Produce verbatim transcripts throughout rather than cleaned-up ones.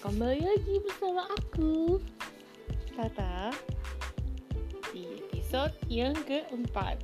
Kembali lagi bersama aku, Tata, di episode yang keempat.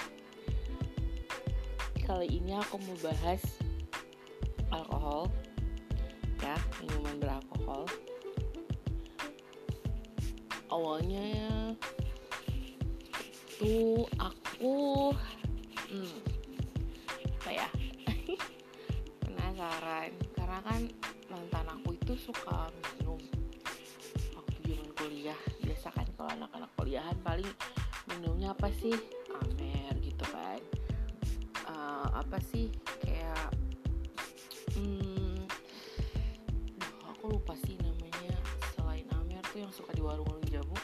Kali ini aku mau bahas alkohol, ya, minuman beralkohol. Awalnya ya, tuh aku, hmm, apa ya, penasaran karena kan mantan aku itu suka minum waktu zaman kuliah. Biasa kan kalau anak-anak kuliahan paling minumnya apa sih, Amer gitu kan, uh, apa sih kayak hmm, duh, aku lupa sih namanya selain Amer tuh yang suka di warung-warung jamu.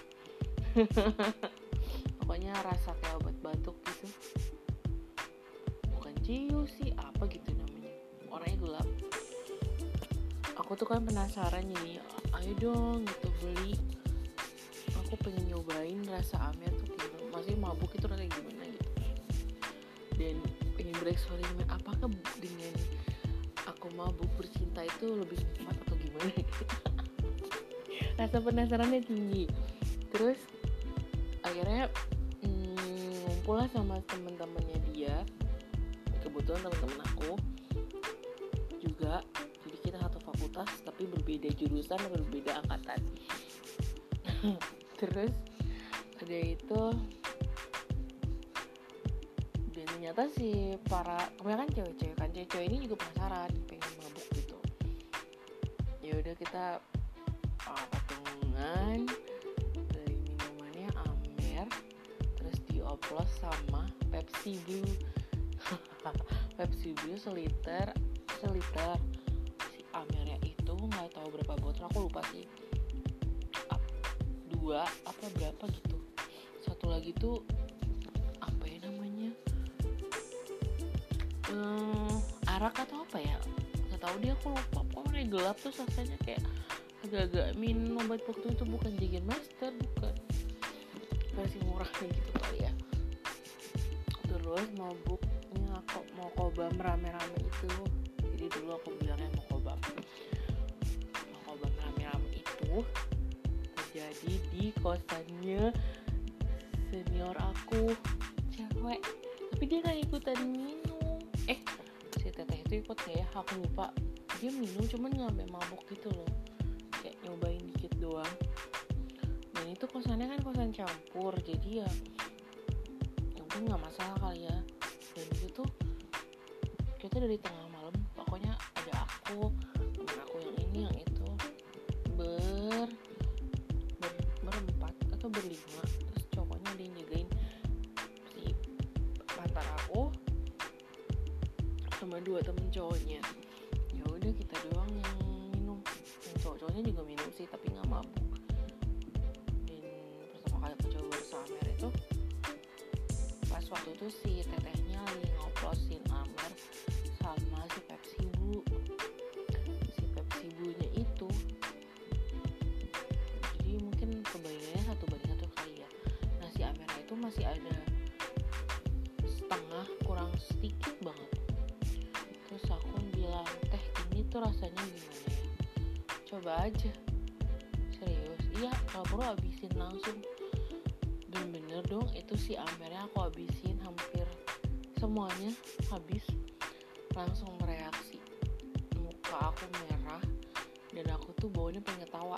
Pokoknya rasa kayak obat batuk gitu, bukan ciu sih, apa gitu namanya, warnanya gelap. Aku tuh kan penasaran nih, ayo dong gitu beli. Aku pengen nyobain rasa Amer tuh gimana, masih mabuk itu rasanya gimana gitu. Dan pengen bereksperimen apakah dengan aku mabuk bercinta itu lebih nikmat atau gimana gitu. Rasa penasarannya tinggi. Terus akhirnya hmm, ngumpul lah sama teman-temannya dia. Kebetulan teman-teman aku juga, jadi kita satu fakultas tapi berbeda jurusan dan berbeda angkatan. Terus ada itu, dan ternyata si para kebanyakan cewek-cewek kan, cewek-cewek ini juga penasaran pengen mabuk gitu. Ya udah kita uh, patungan beli minumannya Amer, terus dioplos sama Pepsi Blue. Pepsi Blue seliter seliter si Amernya itu nggak tahu berapa botol, aku lupa sih, dua apa berapa gitu. Satu lagi tuh apa ya namanya, hmm, arak atau apa ya, nggak tahu dia, aku lupa. Pokoknya gelap tuh rasanya kayak agak-agak minum obat waktu itu, bukan Jägermeister, bukan versi murahnya gitu kali ya. Terus mabuknya kok mau kobam rame-rame itu, jadi dulu aku bilangnya mau kobam mau kobam rame-rame itu terjadi di kosannya senior aku, cewek, tapi dia gak ikutan minum. Eh si teteh itu ikut gak ya, aku lupa. Dia minum cuman gak sampai mabuk gitu loh, kayak nyobain dikit doang. Dan itu kosannya kan kosan campur, jadi ya mungkin gak masalah kali ya. Dan itu tuh kita dari tengah malam, pokoknya ada aku, temen aku yang ini yang itu, ber, ber berempat atau berlima. Terus cowoknya ada yang jagain si mantan aku sama dua temen cowoknya. Ya udah kita doang yang minum, yang cowok-cowoknya juga minum sih tapi nggak mabuk. Dan pertama kali aku coba rasa Amer itu pas waktu itu si tetehnya lagi ngoplosin Amer sama si Pepsi Blue. Si Pepsi Blue-nya itu, jadi mungkin kebagiannya satu banding satu kali ya. Nah si Amernya itu masih ada setengah, kurang sedikit banget. Terus aku bilang, teh ini tuh rasanya gimana ya, coba aja. Serius, iya kalau perlu habisin langsung. Dan bener dong, itu si Amernya aku habisin, hampir semuanya habis. Langsung bereaksi, muka aku merah dan aku tuh baunya pengen ketawa.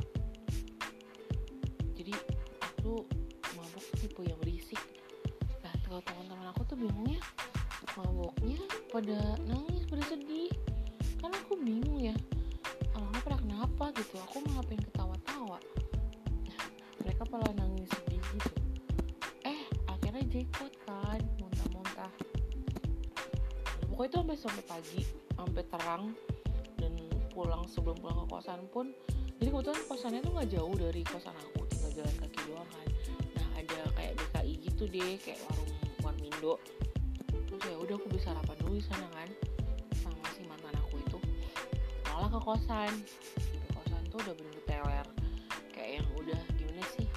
Jadi aku mabuk tipe yang berisik. Nah kalau teman-teman aku tuh bingungnya, mabuknya pada nangis, pada sedih. Kan aku bingung ya, orangnya pada kenapa gitu, aku malah pengen ketawa-tawa. Mereka malah nangis sedih gitu. Eh akhirnya jackpot kan, muntah-muntah. Pokoknya itu sampai sampai pagi, sampai terang. Dan pulang, sebelum pulang ke kosan pun, jadi kebetulan kosannya tuh nggak jauh dari kosan aku, tinggal jalan kaki doang kan. Nah ada kayak B K I gitu deh, kayak warung warmindo. Terus ya udah aku bisa sarapan dulu di sana kan sama si mantan aku itu. Malah ke kosan, sampai kosan tuh udah bener-bener teler, kayak yang udah gimana sih,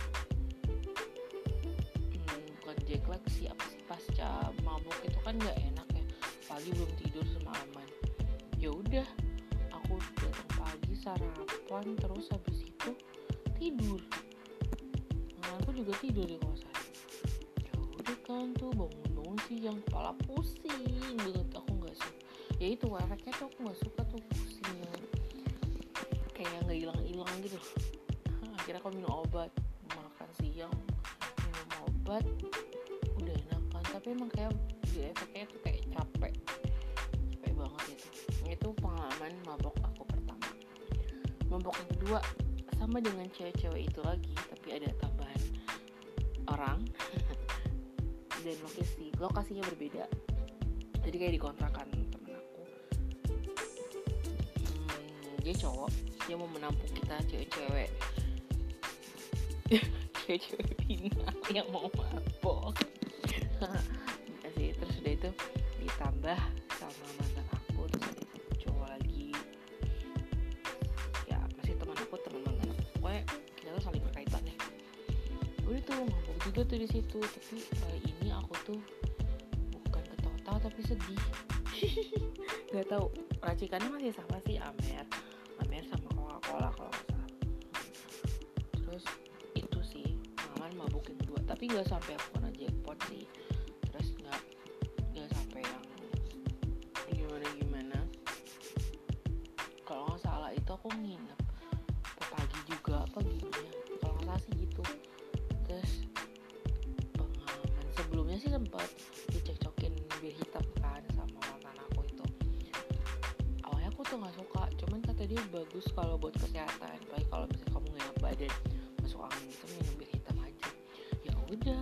hmm, bukan jet lag sih, apa sih, pasca mabuk itu kan nggak enak ya, pagi belum tidur semalaman. Ya udah aku datang pagi sarapan terus habis itu tidur. Nah, aku juga tidur di kosan. Ya udah kan tuh bangun-bangun siang, kepala pusing banget, aku nggak suka. Ya itu efeknya tuh aku nggak suka tuh, pusing banget, kayak nggak hilang-hilang gitu. Akhirnya aku minum obat, makan siang, minum obat, udah enakan. Tapi emang kayak efeknya tuh kayak capek, capek banget itu. Itu pengalaman mabok aku pertama. Mabok yang kedua sama dengan cewek-cewek itu lagi, tapi ada tambahan orang dan lokasi lokasinya berbeda. Jadi kayak di kontrakan temen aku. Hmm, dia cowok, dia mau menampung kita cewek-cewek. Cewek-cewek Pinang yang mau mabok. Dikasih, terus udah itu ditambah sama mantan aku, terus ada cowok lagi. Ya masih teman aku, teman mantan aku. Pokoknya kita tuh saling berkaitan ya. Udah tuh mabok juga tuh di situ, tapi kali ini aku tuh bukan ketawa-tawa tapi sedih. Gak tahu, racikannya masih sama sih, Amer, Amer sama Coca-Cola kalau nggak salah. Terus itu sih pengalaman mabuk yang kedua, tapi nggak sampai aku kena jackpot sih. Terus nggak nggak sampai yang gimana-gimana. Kalau nggak salah itu aku nginep pagi juga apa gimana, kalau nggak salah sih gitu. Terus pengalaman sebelumnya sih sempat dicekcokin bir hitam kan sama mantan aku itu. Awalnya aku tuh nggak suka, cuman kata dia bagus kalau buat kesehatan, baik kalau misalnya kamu nggak enak badan, masuk angin gitu, minum bir hitam aja. Ya udah,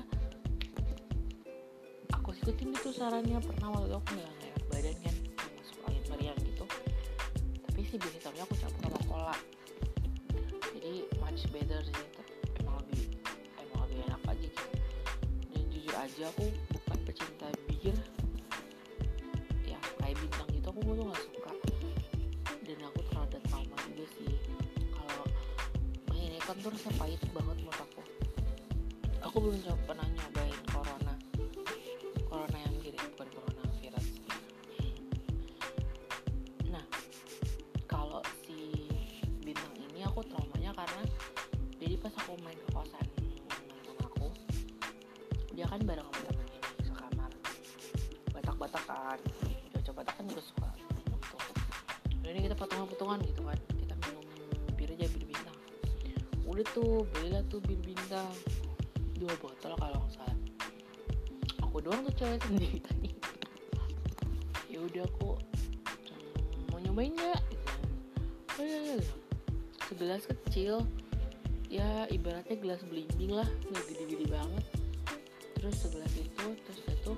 aku ikutin itu sarannya. Pernah waktu itu aku nggak enak badan kan, masuk angin meriang gitu, tapi si bir hitamnya aku campur sama cola, jadi much better sih. Emang lebih emang lebih enak aja gitu. Dan jujur aja aku bukan pecinta bir ya kayak Bintang gitu, aku tuh nggak suka. Dan aku terhadap trauma juga sih kalau ini kan tuh rasa pahit banget menurut aku. Aku belum coba pernah nyobain corona corona yang gini, bukan corona virus. Nah kalau si Bintang ini aku traumanya karena jadi pas aku main ke kosan mantan aku, dia kan bareng sama temennya nih sekamar, batak-batakan, cocok batak kan juga suka minum tuh. Dan ini kita patungan-patungan gitu kan, kita minum bir aja, bir Bintang. Udah tuh belilah tuh bir Bintang dua botol kalau nggak salah. Aku doang tuh cewek sendiri tadi. Ya udah aku hmm, mau nyobain nggak gitu. Oh iya, iya. Segelas kecil ya, ibaratnya gelas belimbing lah, nggak gede-gede banget. Terus segelas itu, terus itu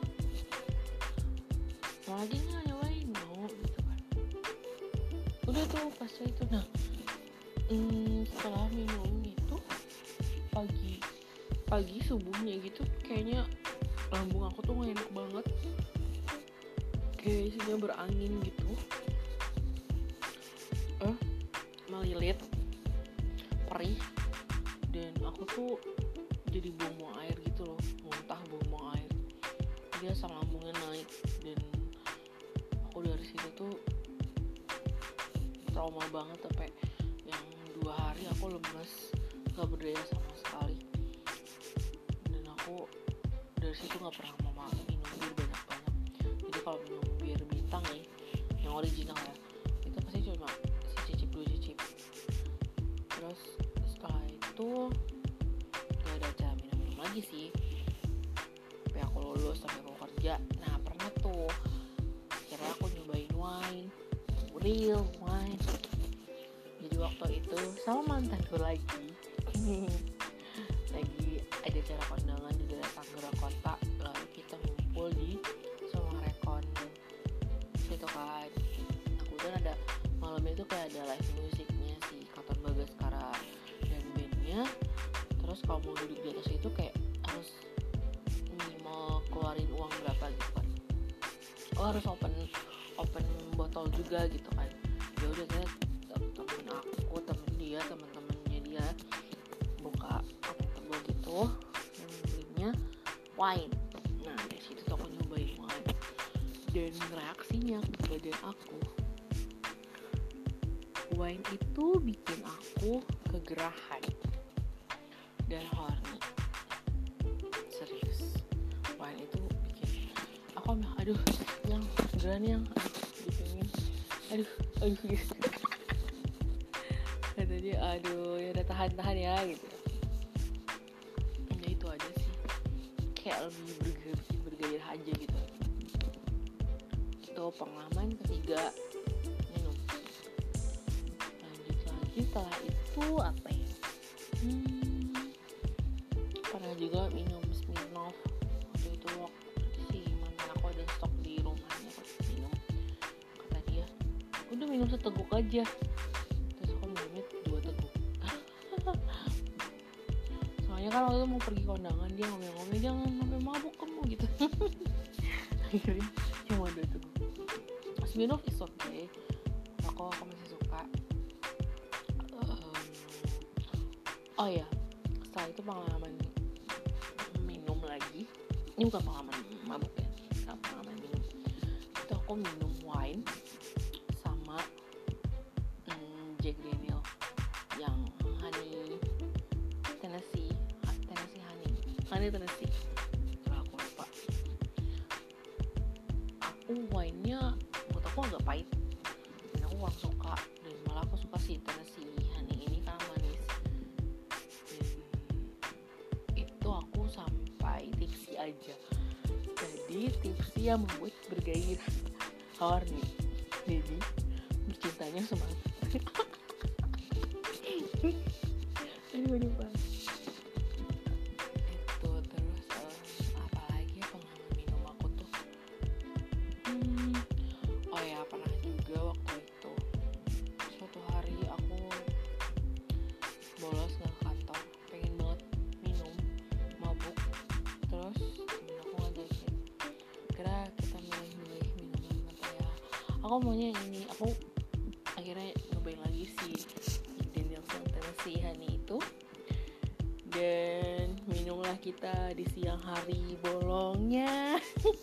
mau lagi nggak nyobain, mau gitu kan. Udah tuh pas itu, nah hmm, setelah minum itu pagi pagi subuhnya gitu kayaknya lambung aku tuh gak enak banget, kayak isinya berangin gitu, eh melilit, perih, dan aku tuh jadi buang-buang air gitu loh, muntah buang-buang air, dia asam lambungnya naik. Dan aku dari situ tuh trauma banget, sampai yang dua hari aku lemes, gak berdaya sama sekali. Dan aku dari situ gak pernah mau minum bir banyak-banyak. Jadi kalau minum bir Bintang nih yang original ya, itu pasti cuma secicip dua cicip. Terus setelah itu gak ada acara minum-minum lagi sih sampai aku lulus, sampai aku kerja. Nah pernah tuh akhirnya aku nyobain wine, real wine. Jadi waktu itu sama mantanku lagi lagi ada acara kondangan di daerah Tangerang Kota, lalu kita ngumpul di Sumarekon situ kan. Nah kemudian ada malamnya itu kayak ada live musiknya si Katon Bagaskara dan bandnya. Terus kalau mau duduk di atas itu kayak harus minimal keluarin uang berapa gitu kan. Oh harus open open botol juga gitu kan. Ya udah saya temen aku, temen dia, temen-temennya dia buka open tebel gitu, yang belinya wine. Nah dari situ tuh aku nyobain wine, dan reaksinya ke badan aku wine itu bikin aku kegerahan dan horny. Serius, wine itu bikin aku ambil, aduh yang geran yang aduh dipingin, aduh aduh gitu. Kata dia, aduh ya udah tahan-tahan ya gitu. Ya itu aja sih, kayak lebih bergairah, bergairah aja gitu. Itu pengalaman ketiga, minum. Lanjut lagi setelah itu apa ya? Hmm, pernah juga minum Smirnoff. Waktu itu waktu si mantan aku ada stok di rumahnya, aku minum. Kata dia, udah minum seteguk aja. Terus aku minumnya dua teguk. Soalnya kan waktu itu mau pergi kondangan, dia ngomel-ngomel jangan sampai mabuk kamu gitu. Akhirnya cuma dua teguk. Smirnoff is okay, aku aku masih suka. Um, oh ya, setelah itu pengalaman minum lagi. Ini bukan pengalaman mabuk ya, bukan pengalaman minum. Itu aku minum wine sama mm, Jack Daniel yang honey Tennessee, Tennessee honey, honey Tennessee. Kalau aku lupa. Aku wine-nya buat aku agak pahit dan aku kurang suka, dan malah aku suka si Tennessee honey ini karena manis. Dan itu aku sampai tipsy aja, jadi tipsy yang membuat bergairah, horny, jadi bercintanya semangat. Aduh aduh bang. Itu terus uh, apa lagi ya pengalaman minum aku tuh. Hmm, oh ya pernah juga waktu itu suatu hari aku bolos nggak ke kantor, pengen banget minum, mabuk. Terus temen aku ngajakin, kira kita milih-milih minuman apa ya. Aku maunya yang ini, aku akhirnya nyobain lagi si Daniel yang Tennessee honey itu. Dan minumlah kita di siang hari bolongnya.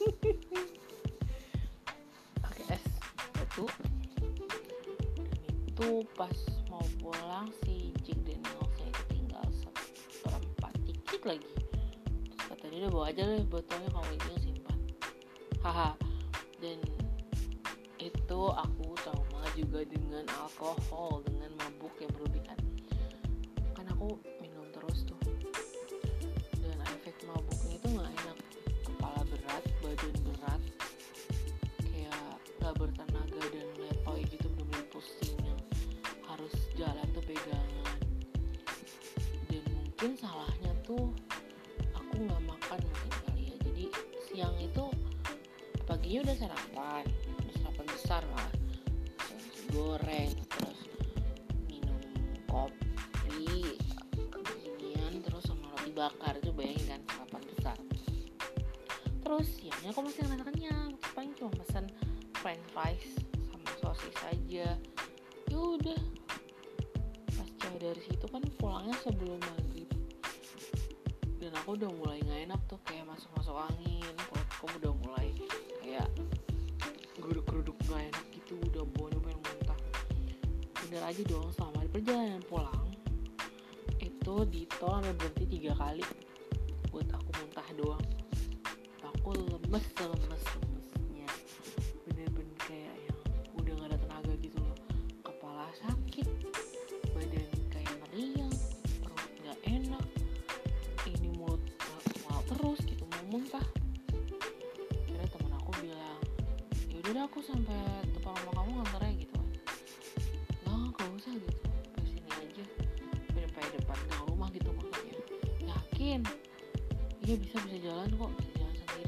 Pakai es batu. Dan itu pas mau pulang si Jack Danielsnya itu tinggal seperempat dikit lagi. Terus kata dia, udah bawa aja deh botolnya, kalau ini simpan. Haha. Dan itu aku trauma juga dengan alkohol, dengan mabuk yang berlebihan. Kan aku minum terus tuh, dan efek mabuknya itu nggak enak. Kepala berat, badan berat, kayak nggak bertenaga dan letoy gitu, bener-bener pusing yang harus jalan tuh pegangan. Dan mungkin salahnya tuh aku nggak makan mungkin kali ya. Jadi siang itu, paginya udah sarapan, udah sarapan besar lah, nasi goreng, terus minum kopi kekinian, terus sama roti bakar. Itu bayangin kan, sarapan besar. Terus siangnya aku masih ngerasa kenyang, paling cuma pesan french fries sama sosis aja. Ya udah, pasca dari situ kan pulangnya sebelum maghrib, dan aku udah mulai nggak enak tuh, kayak masuk-masuk angin, perutku udah mulai kayak geruduk-geruduk nggak enak gitu, udah baunya pengen muntah. Bener aja dong, selama di perjalanan pulang itu di tol sampai berhenti tiga kali buat aku muntah doang. Aku lemes lemes lemesnya, bener-bener kayak yang udah nggak ada tenaga gitu loh. Kepala sakit, badan kayak meriang, perut nggak enak, ini mulut mual terus gitu, mau muntah. Akhirnya temen aku bilang, yaudah deh aku sampai depan rumah kamu nganternya gitu kan. Nggak, nggak usah gitu, ke sini aja, sampai depan gang rumah gitu maksudnya. Yakin? Iya bisa bisa jalan kok, bisa jalan sendiri.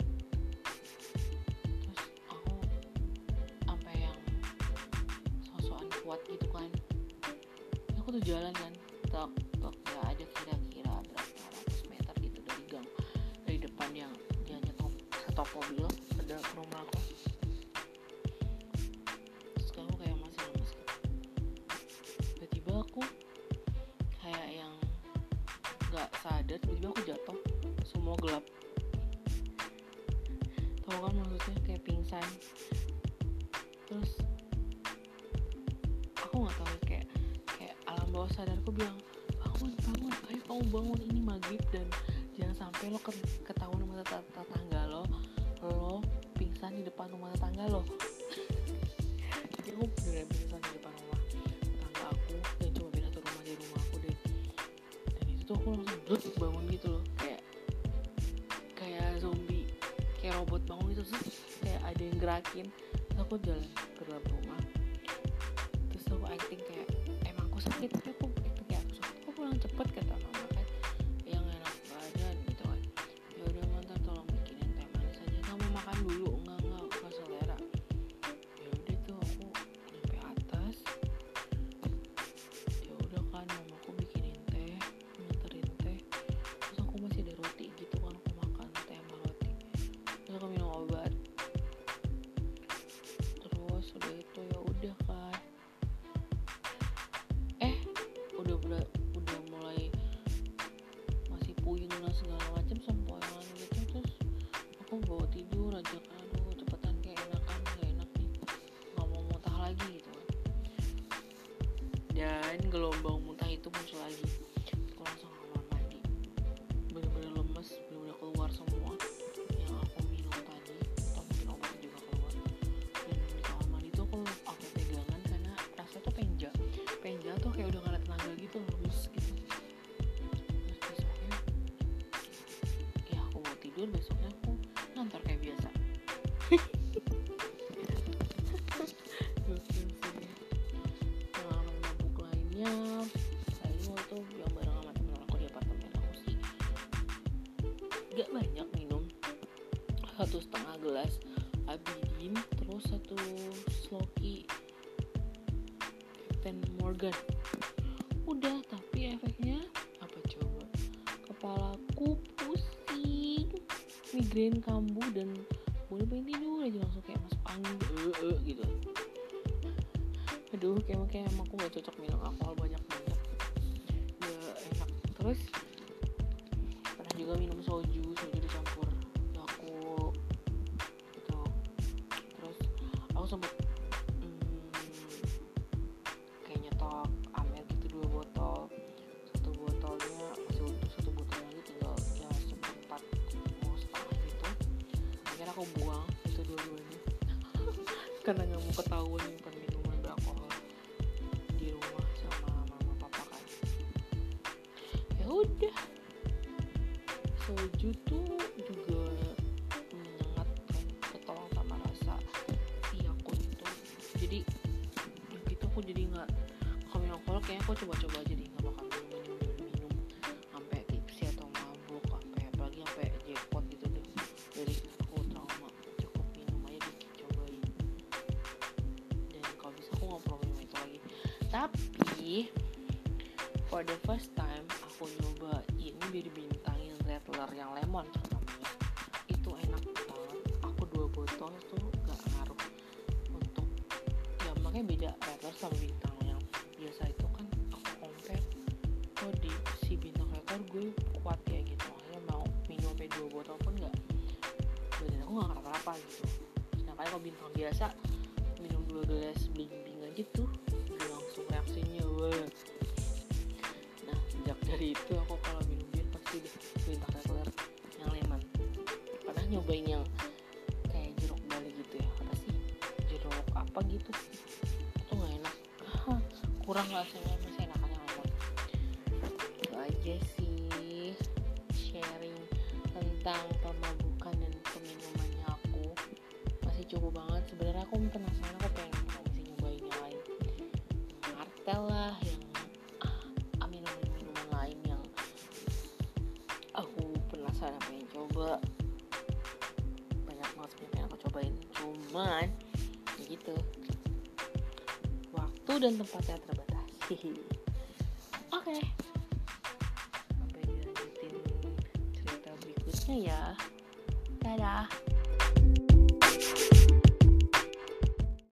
Terus aku sampai yang sosokan kuat gitu kan. Ya, aku tuh jalan kan, tok tok ya ada kira-kira berapa ratus meter gitu dari gang, dari depan yang dia nyetok stop mobil ke rumah aku. Terus aku kayak masih lemes gitu. Tiba-tiba aku kayak yang nggak sadar, tiba-tiba aku jatuh, semua gelap. Tahu kan maksudnya, kayak pingsan. Terus aku nggak tahu kayak kayak alam bawah sadarku bilang bangun bangun ayo kamu bangun ini maghrib dan jangan sampai lo ketahuan sama tetangga lo lo pingsan di depan rumah tetangga lo. Jadi aku beneran pingsan di depan rumah tetangga aku dan cuma beda satu rumah dari rumah aku deh. Dan itu tuh aku langsung bluk bangun gitu loh, kayak kayak zombie, kayak robot bangun gitu sih, kayak ada yang gerakin. Terus aku jalan ke dalam rumah, terus aku acting kayak emang aku sakit, tapi aku acting kayak aku sakit, aku pulang cepet kata mama kan yang enak badan gitu kan. Ya udah mantan tolong bikinin teh manis aja, kamu makan dulu. Enggak enggak aku gak selera. Ya udah tuh aku nyampe atas, ya udah kan mamaku bikinin teh, nganterin teh, terus aku masih ada roti gitu kan, aku makan teh sama roti, terus aku minum obat. Terus udah itu ya udah kan, eh udah udah udah mulai masih puyeng dan segala macam sempoyongan gitu. Terus aku bawa tidur aja kan, aduh cepetan kayak enakan, gak enak nih, nggak mau muntah lagi gitu kan. Dan gelombang muntah itu muncul lagi. Aku langsung kamar mandi, bener-bener lemes, bener-bener keluar semua yang aku minum tadi, atau mungkin obatnya juga keluar. Dan di kamar mandi tuh aku sampai pegangan karena rasa tuh pengen jatuh, pengen jatuh kayak udah gak ada tenaga gitu, lemes gitu. Terus besoknya ya aku mau tidur, besoknya aku ngantor kayak biasa. Gokil sih. Pengalaman mabuk lainnya saya waktu yang bareng sama temen aku di apartemen aku sih gak banyak minum, satu setengah gelas Abidin, terus satu sloki Captain Morgan. Udah, tapi efeknya apa coba? Kepalaku pusing, migrain kambuh, dan udah pengen tidur aja langsung kayak masuk angin uh, uh, gitu. Aduh, kayak kayak emang aku gak cocok minum alkohol banyak-banyak, gak enak. Terus pernah juga minum soju, soju dicampur Yakult gitu. Terus aku sempet hmm, kayak nyetok Amer gitu dua botol, satu botolnya masih utuh, satu botol lagi tinggal ya seperempat mau setengah gitu. Akhirnya aku buang itu dua-duanya karena nggak mau ketahuan nyimpan minuman beralkohol di rumah sama mama papa kan. Ya udah, soju tuh juga menyengat kan, ketolong sama rasa si Yakult itu. Jadi gitu aku jadi nggak, kalau minum alkohol kayaknya aku coba-coba aja deh, nggak bakal minum minum minum sampai tipsi atau mabuk, sampai apalagi sampai jackpot gitu deh. Jadi aku trauma, cukup minum aja dikit, cobain. Dan kalau bisa aku nggak perlu minum itu lagi. Tapi for the first time aku nyobain bir bintangin Radler yang lemon namanya, itu enak banget. Aku dua botol tuh gak ngaruh untuk, ya makanya beda Radler sama bintang yang biasa itu kan aku compare, oh di si bintang Radler gue kuat ya gitu, akhirnya mau minum sampai dua botol pun gak, badan aku gak kenapa-napa gitu. Sedangkan kalau bintang biasa minum dua gelas bling-bling aja tuh udah langsung reaksinya wah. Nah sejak dari itu aku kalau minum bir pasti deh bintang Radler yang lemon. Pernah nyobain yang kayak jeruk bali gitu ya, apa sih jeruk apa gitu, itu nggak enak, kurang rasanya, masih enakan yang lemon. Itu aja sih sharing tentang pemabukan dan peminumannya aku, masih cukup banget sebenarnya. Aku penasaran, aku pengen aku masih nyobain yang lain, martel lah, yang ah, minuman-minuman lain yang aku penasaran pengen coba. Banyak banget sebenarnya yang aku cobain, cuman ya gitu, waktu dan tempatnya terbatas. Oke, okay. Sampai dilanjutin cerita berikutnya ya. Dadah.